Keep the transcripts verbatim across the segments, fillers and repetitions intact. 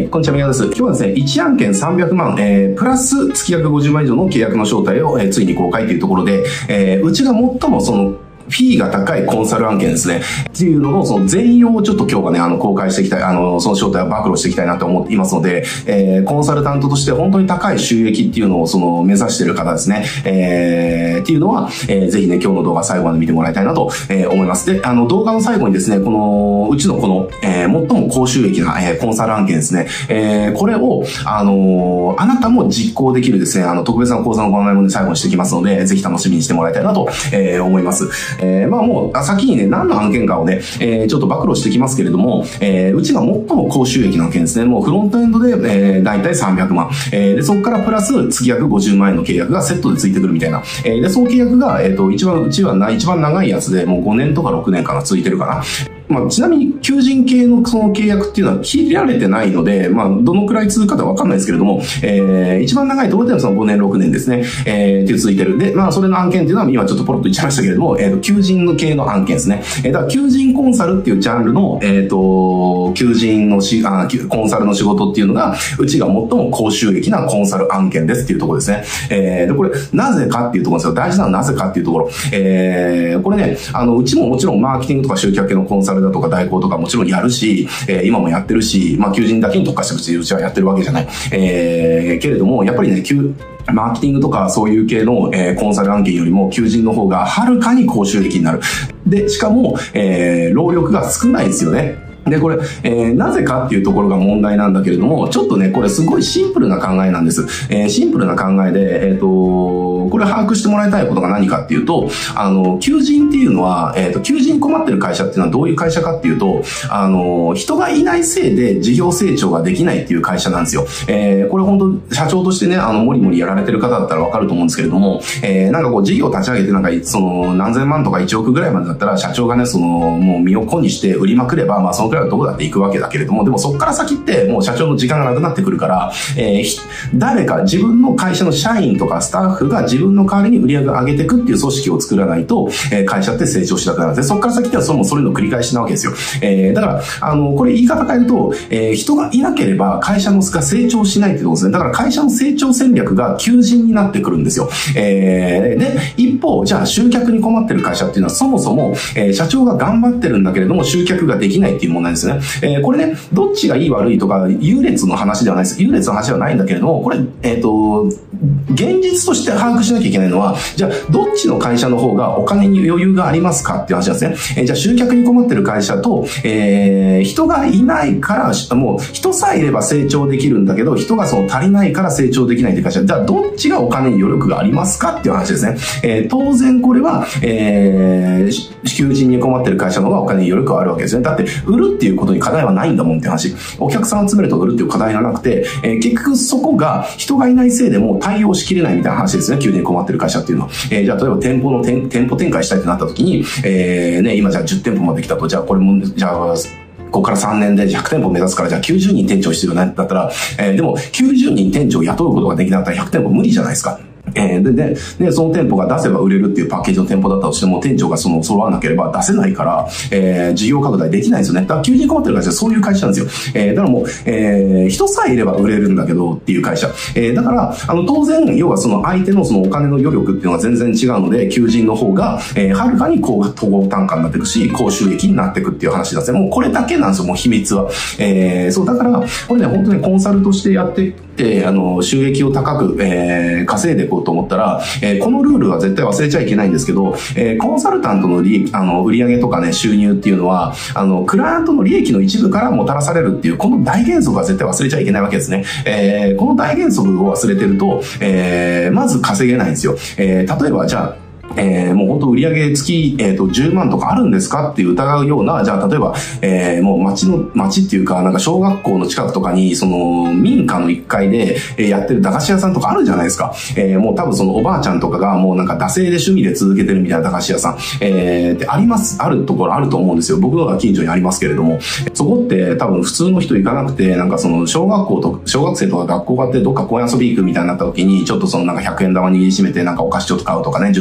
、こんにちは、宮です。今日はですね、いち案件さんびゃくまん、えー、プラス月額ごじゅうまん以上の契約の正体を、えー、ついに公開というところで、えー、うちが最もその、フィーが高いコンサル案件ですね。っていうのの、その全容をちょっと今日はね、あの、公開していきたい、あの、その正体を暴露していきたいなと思っていますので、えー、コンサルタントとして本当に高い収益っていうのを、その、目指している方ですね。えー、っていうのは、えー、ぜひね、今日の動画最後まで見てもらいたいなと、えー、思います。で、あの、動画の最後にですね、この、うちのこの、えー、最も高収益な、えー、コンサル案件ですね。えー、これを、あのー、あなたも実行できるですね、あの、特別な講座のご案内もね、最後にしていきますので、ぜひ楽しみにしてもらいたいなと、えー、思います。えー、まあもう、先にね、何の案件かをね、えー、ちょっと暴露してきますけれども、えー、うちが最も高収益の案件ですね。もうフロントエンドで、えー、だいたいさんびゃくまん。えー、で、そこからプラス月額ごじゅうまんえんの契約がセットでついてくるみたいな。えー、で、その契約が、えっと、一番、うちはな、一番長いやつで、もうごねんとかろくねんかな、ついてるかな。まあ、ちなみに、求人系のその契約っていうのは切られてないので、まあ、どのくらい続くかわかんないですけれども、えー、一番長いところではそのごねん、ろくねんですね、えー、っていう続いてる。で、まあ、それの案件っていうのは、今ちょっとポロッと言っちゃいましたけれども、えっと、求人の系の案件ですね。えー、だから、求人コンサルっていうジャンルの、えっと、求人のし、あ、コンサルの仕事っていうのが、うちが最も高収益なコンサル案件ですっていうところですね。えー、で、これ、なぜかっていうところですよ。大事なのはなぜかっていうところ。えー、これね、あの、うちももちろんマーケティングとか集客系のコンサルだとか代行とかもちろんやるし、えー、今もやってるし、まあ、求人だけに特化した口でうちはやってるわけじゃない。えー、けれども、やっぱりね、マーケティングとかそういう系の、えー、コンサル案件よりも求人の方がはるかに高収益になる。で、しかも、えー、労力が少ないですよね。で、これ、えー、なぜかっていうところが問題なんだけれども、ちょっとね、これすごいシンプルな考えなんです。えー、シンプルな考えで、えっと、これ把握してもらいたいことが何かっていうと、あの、求人っていうのは、えっと、求人困ってる会社っていうのはどういう会社かっていうと、あの、人がいないせいで事業成長ができないっていう会社なんですよ。えー、これ本当社長としてね、あの、もりもりやられてる方だったらわかると思うんですけれども、えー、なんかこう事業立ち上げてなんか、その、何千万とかいちおくぐらいまでだったら、社長がね、その、もう身を粉にして売りまくれば、まあ、そのくらいはどこだって行くわけだけれども、でもそっから先ってもう社長の時間がなくなってくるから、えー、誰か自分の会社の社員とかスタッフが自分の代わりに売り上げを上げていくっていう組織を作らないと、えー、会社って成長しなくなるので、そっから先ってはそれもそれの繰り返しなわけですよ。えー、だから、あの、これ言い方変えると、えー、人がいなければ会社のが成長しないっていうことですね。だから会社の成長戦略が求人になってくるんですよ。えー、で、一方、じゃあ集客に困ってる会社っていうのはそもそも、えー、社長が頑張ってるんだけれども集客ができないっていう問題ですね。えー、これね、どっちがいい悪いとか、優劣の話ではないです。優劣の話ではないんだけれども、これ、えっと、現実として把握しなきゃいけないのは、じゃあ、どっちの会社の方がお金に余裕がありますかっていう話なんですね。えー、じゃあ、集客に困ってる会社と、えー、人がいないから、もう、人さえいれば成長できるんだけど、人がその足りないから成長できないっていう会社。じゃあ、どっちがお金に余力がありますかっていう話ですね。えー、当然これは、えー、求人に困ってる会社の方がお金に余力があるわけですね。だって、売るっていうことに課題はないんだもんって話。お客さんを集めると売るっていう課題がなくて、えー、結局そこが人がいないせいでもう対応しきれないみたいな話ですね。求人に困ってる会社っていうのは。えー、じゃあ例えば店舗の店、店舗展開したいってなった時に、えー、ね、今じゃあじゅってんぽまで来たと、じゃあこれも、じゃあ、ここからさんねんでひゃくてんぽ目指すから、じゃあきゅうじゅうにん店長必要なんだったら、えー、でもきゅうじゅうにん店長を雇うことができなかったらひゃくてんぽ無理じゃないですか。えー、で、で、で、その店舗が出せば売れるっていうパッケージの店舗だったとしても、店長がその揃わなければ出せないから、えー、事業拡大できないんですよね。だから、求人困ってる会社はそういう会社なんですよ。えー、だからもう、えー、人さえいれば売れるんだけどっていう会社。えー、だから、あの、当然、要はその相手のそのお金の余力っていうのが全然違うので、求人の方が、えー、はるかに高、高単価になっていくし、高収益になっていくっていう話なんですね。もうこれだけなんですよ、もう秘密は。えー、そう、だから、これね、本当にコンサルとしてやっていって、あの、収益を高く、えー、稼いでいこうと思ったら、えー、このルールは絶対忘れちゃいけないんですけど、えー、コンサルタントの利益、あの、売上とかね、収入っていうのは、あの、クライアントの利益の一部からもたらされるっていう、この大原則は絶対忘れちゃいけないわけですね。えー、この大原則を忘れてると、えー、まず稼げないんですよ。えー、例えば、じゃあ、えー、もう本当売上月、えっと、じゅうまんとかあるんですかっていう疑うような、じゃあ例えば、えー、もう町の、町っていうか、なんか小学校の近くとかに、その、民家のいっかいで、えー、やってる駄菓子屋さんとかあるじゃないですか。えー、もう多分そのおばあちゃんとかがもうなんか惰性で趣味で続けてるみたいな駄菓子屋さん、えー、ってあります、あるところあると思うんですよ。僕のが近所にありますけれども、そこって多分普通の人行かなくて、なんかその小学校と、小学生とか学校があってどっか公園遊び行くみたいになった時に、ちょっとそのなんかひゃくえん玉握りしめてなんかお菓子ちょっと買うとかね、ジュースいっぽん買う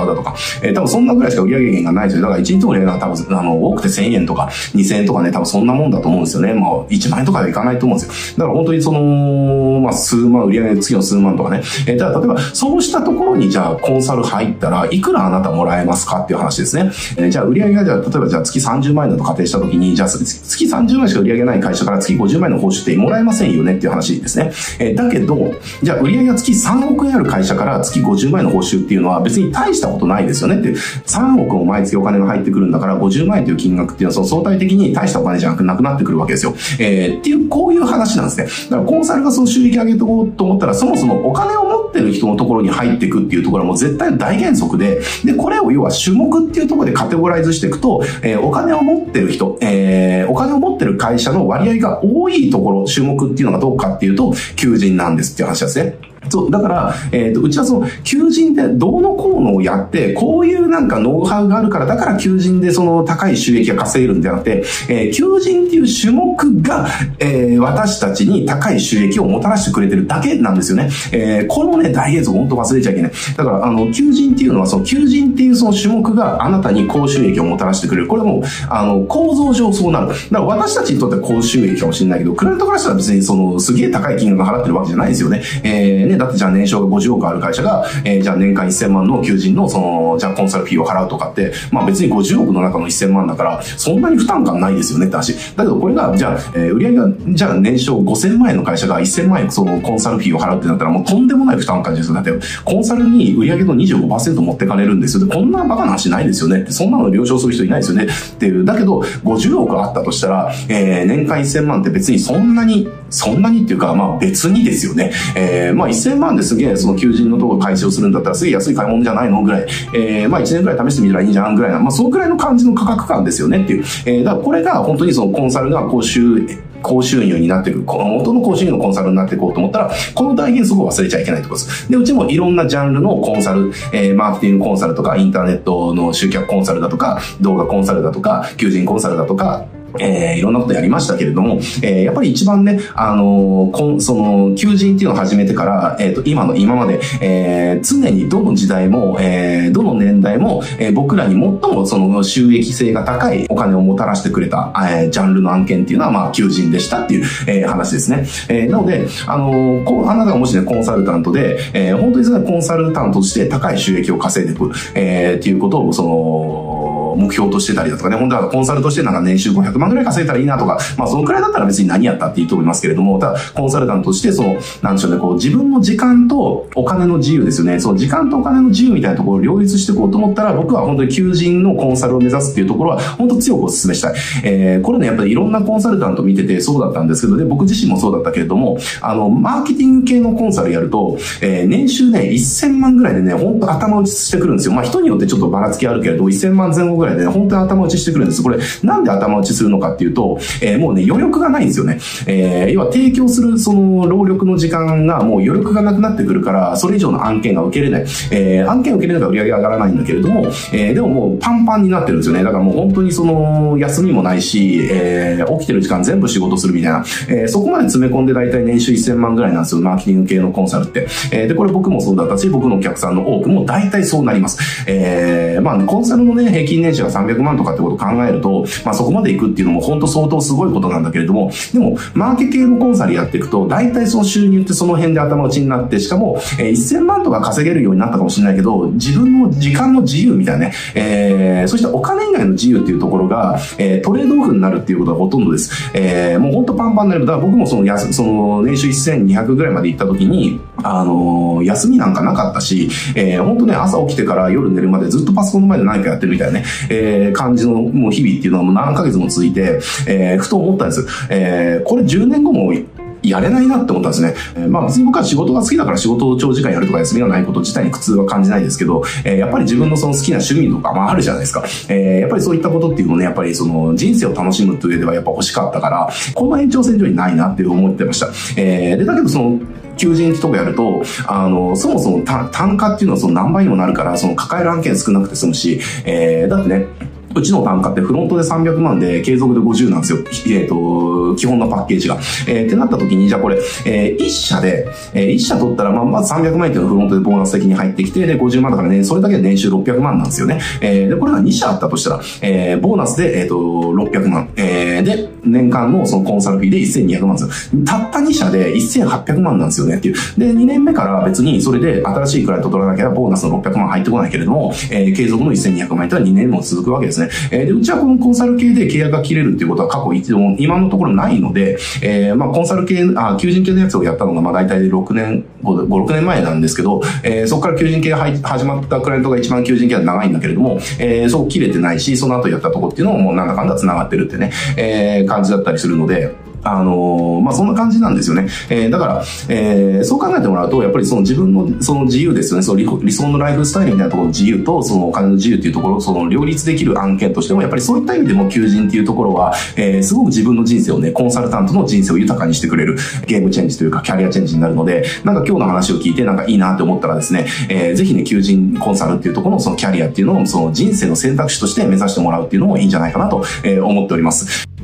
うだとか、えー、多分そんなぐらいしか売上源がないですよ。だからいちにちの売上が多分、あの、多くてせんえんとかにせんえんとかね、多分そんなもんだと思うんですよね。まあ、いちまんえんとかはいかないと思うんですよ。だから本当にその、まあ、数万、売上月の数万とかね。えー、じゃあ例えば、そうしたところにじゃあコンサル入ったらいくらあなたもらえますかっていう話ですね。えー、じゃあ売上がじゃあ例えばじゃあ月さんじゅうまんえんだと仮定したときに、じゃあ月さんじゅうまんえんしか売上ない会社から月ごじゅうまんえんの報酬ってもらえませんよねっていう話ですね。えー、だけど、じゃあ売上が月さんおくえんある会社から月ごじゅうまんえんの報酬っていうのは別に大したことないですよねっていう。さんおくも毎月お金が入ってくるんだからごじゅうまんえんという金額っていうのはその相対的に大したお金じゃなくなくなってくるわけですよ。えー、っていう、こういう話なんですね。だからコンサルがその収益上げておこうと思ったら、そもそもお金を持ってる人のところに入っていくっていうところはもう絶対の大原則で、で、これを要は種目っていうところでカテゴライズしていくと、えー、お金を持ってる人、えー、お金を持ってる会社の割合が多いところ、種目っていうのがどうかっていうと、求人なんですっていう話ですね。そう、だから、えっと、うちはその、求人でどうのこうのをやって、こういうなんかノウハウがあるから、だから求人でその高い収益が稼げるんじゃなくて、えー、求人っていう種目が、えー、私たちに高い収益をもたらしてくれてるだけなんですよね。えー、このね、大原則本当忘れちゃいけない。だから、あの、求人っていうのは、その、求人っていうその種目があなたに高収益をもたらしてくれる。これも、あの、構造上そうなる。だから私たちにとっては高収益かもしれないけど、クライアントからしたら別にその、すげえ高い金額払ってるわけじゃないですよね。えー、ね、だってじゃあ年商がごじゅうおくある会社が、えー、じゃあ年間せんまんの求人のその、じゃあコンサルフィーを払うとかって、まあ別にごじゅうおくの中のせんまんだから、そんなに負担感ないですよねって話。だけどこれが、じゃあ、えー、売上が、じゃあ年商ごせんまんえんの会社がせんまんえんそのコンサルフィーを払うってなったらもうとんでもない負担感ですよ。だってコンサルに売上の にじゅうごパーセント 持ってかれるんですよ。で、こんなバカな話ないですよね。そんなの了承する人いないですよね。っていう。だけど、ごじゅうおくあったとしたら、えー、年間せんまんって別にそんなに、そんなにっていうか、まあ別にですよね。えー、まあせんまんですげえその求人のところ開始をするんだったらすげえ安い買い物じゃないのぐらい、えー、まあいちねんぐらい試してみたらいいんじゃんぐらいな、まあそのくらいの感じの価格感ですよねっていう。えー、だからこれが本当にそのコンサルが高収、高収入になっていく、この元の高収入のコンサルになっていこうと思ったら、この大原則を忘れちゃいけないってことです。で、うちもいろんなジャンルのコンサル、えー、マーケティングコンサルとか、インターネットの集客コンサルだとか、動画コンサルだとか、求人コンサルだとか、えー、いろんなことやりましたけれども、えー、やっぱり一番ね、あのー、こんその、求人っていうのを始めてから、えっと、今の今まで、えー、常にどの時代も、えー、どの年代も、えー、僕らに最もその収益性が高いお金をもたらしてくれた、えー、ジャンルの案件っていうのは、まあ、求人でしたっていう、えー、話ですね。えー、なので、あのー、こう、あなたがもしね、コンサルタントで、えー、本当にそのコンサルタントとして高い収益を稼いでいく、えー、っていうことを、その、目標としてたりだとかね、本当はコンサルとしてなんか年収ごひゃくまんぐらい稼いだらいいなとか、まあそのくらいだったら別に何やったっていいと思いますけれども、ただコンサルタントとしてその、なんでしょうね、こう自分の時間とお金の自由ですよね。その時間とお金の自由みたいなところを両立していこうと思ったら、僕は本当に求人のコンサルを目指すっていうところは本当強くお勧めしたい。えー、これね、やっぱりいろんなコンサルタント見ててそうだったんですけど、で、僕自身もそうだったけれども、あの、マーケティング系のコンサルやると、えー、年収ね、せんまんぐらいでね、本当頭打ちしてくるんですよ。まあ人によってちょっとばらつきあるけれど、せんまんぜん後ぐらいでね、本当に頭打ちしてくるんです。これ、なんで頭打ちするのかっていうと、えー、もうね、余力がないんですよね。えー、要は提供するその労力の時間がもう余力がなくなってくるから、それ以上の案件が受けれない。えー、案件を受けれないから売り上げ上がらないんだけれども、えー、でももうパンパンになってるんですよね。だからもう本当にその、休みもないし、えー、起きてる時間全部仕事するみたいな、えー、そこまで詰め込んでだいたい年収せんまんぐらいなんですよ。マーケティング系のコンサルって。えー、で、これ僕もそうだったし、僕のお客さんの多くもだいたいそうなります。えー、まあ、コンサルのね、平均年収がさんびゃくまんとかってことを考えると、まあそこまで行くっていうのも本当相当すごいことなんだけれども、でも、マーケ系のコンサルやっていくと、大体その収入ってその辺で頭打ちになって、しかも、えー、せんまんとか稼げるようになったかもしれないけど、自分の時間の自由みたいなね、えー、そしてお金以外の自由っていうところが、えー、トレードオフになるっていうことがほとんどです。えー、もう本当パンパンになる。だから僕もその、やすその年収せんにひゃくぐらいまで行った時に、あのー、休みなんかなかったし、えー、本当ね、朝起きてから夜寝るまでずっとパソコンの前で何かやってるみたいなね、えー、感じのもう日々っていうのはもう何ヶ月も続いて、えー、ふと思ったんです。えー、これじゅうねんごもやれないなって思ったんですね。えー、まあ別に僕は仕事が好きだから仕事を長時間やるとか休みがないこと自体に苦痛は感じないですけど、えー、やっぱり自分のその好きな趣味とか、まああるじゃないですか。えー、やっぱりそういったことっていうのをね、やっぱりその人生を楽しむという上ではやっぱ欲しかったから、この延長線上にないなって思ってました。えー、で、だけどその、求人とかやると、あの、そもそも単価っていうのはその何倍にもなるから、その抱える案件少なくて済むし、えー、だってね、 うちの単価ってフロントでさんびゃくまんで継続でごじゅうなんですよ。えっと、基本のパッケージが。えー、ってなった時に、じゃあこれ、えー、いっ社で、えー、いっ社取ったら、まあ、まずさんびゃくまん円っていうのがフロントでボーナス的に入ってきて、で、ごじゅうまんだからね、それだけで年収ろっぴゃくまんなんですよね。えー、で、これがに社あったとしたら、えー、ボーナスで、えっと、ろっぴゃくまん。えー、で、年間のそのコンサルフィーでせんにひゃくまんですよ。たったに社でせんはっぴゃくまんなんですよねっていう。で、にねんめから別にそれで新しいクライアント取らなきゃボーナスのろっぴゃくまん入ってこないけれども、えー、継続のせんにひゃくまん円とはにねんも続くわけですね。えー、で、うちはこのコンサル系で契約が切れるっていうことは過去一度も今のところないので、えー、まあコンサル系、あ、求人系のやつをやったのがまあ大体ろくねん、ご、ろくねんまえなんですけど、えー、そこから求人系が始まったクライアントが一番求人系は長いんだけれども、えー、そう切れてないし、その後やったとこっていうのももうなんだかんだ繋がってるってね、えー、感じだったりするので、あのー、まあ、そんな感じなんですよね。えー、だから、えー、そう考えてもらうと、やっぱりその自分の、その自由ですよね。その理、理想のライフスタイルみたいなところの自由と、そのお金の自由っていうところを、その両立できる案件としても、やっぱりそういった意味でも求人っていうところは、えー、すごく自分の人生をね、コンサルタントの人生を豊かにしてくれるゲームチェンジというか、キャリアチェンジになるので、なんか今日の話を聞いて、なんかいいなって思ったらですね、えー、ぜひね、求人コンサルっていうところのそのキャリアっていうのを、その人生の選択肢として目指してもらうっていうのもいいんじゃないかなと、えー、思っております。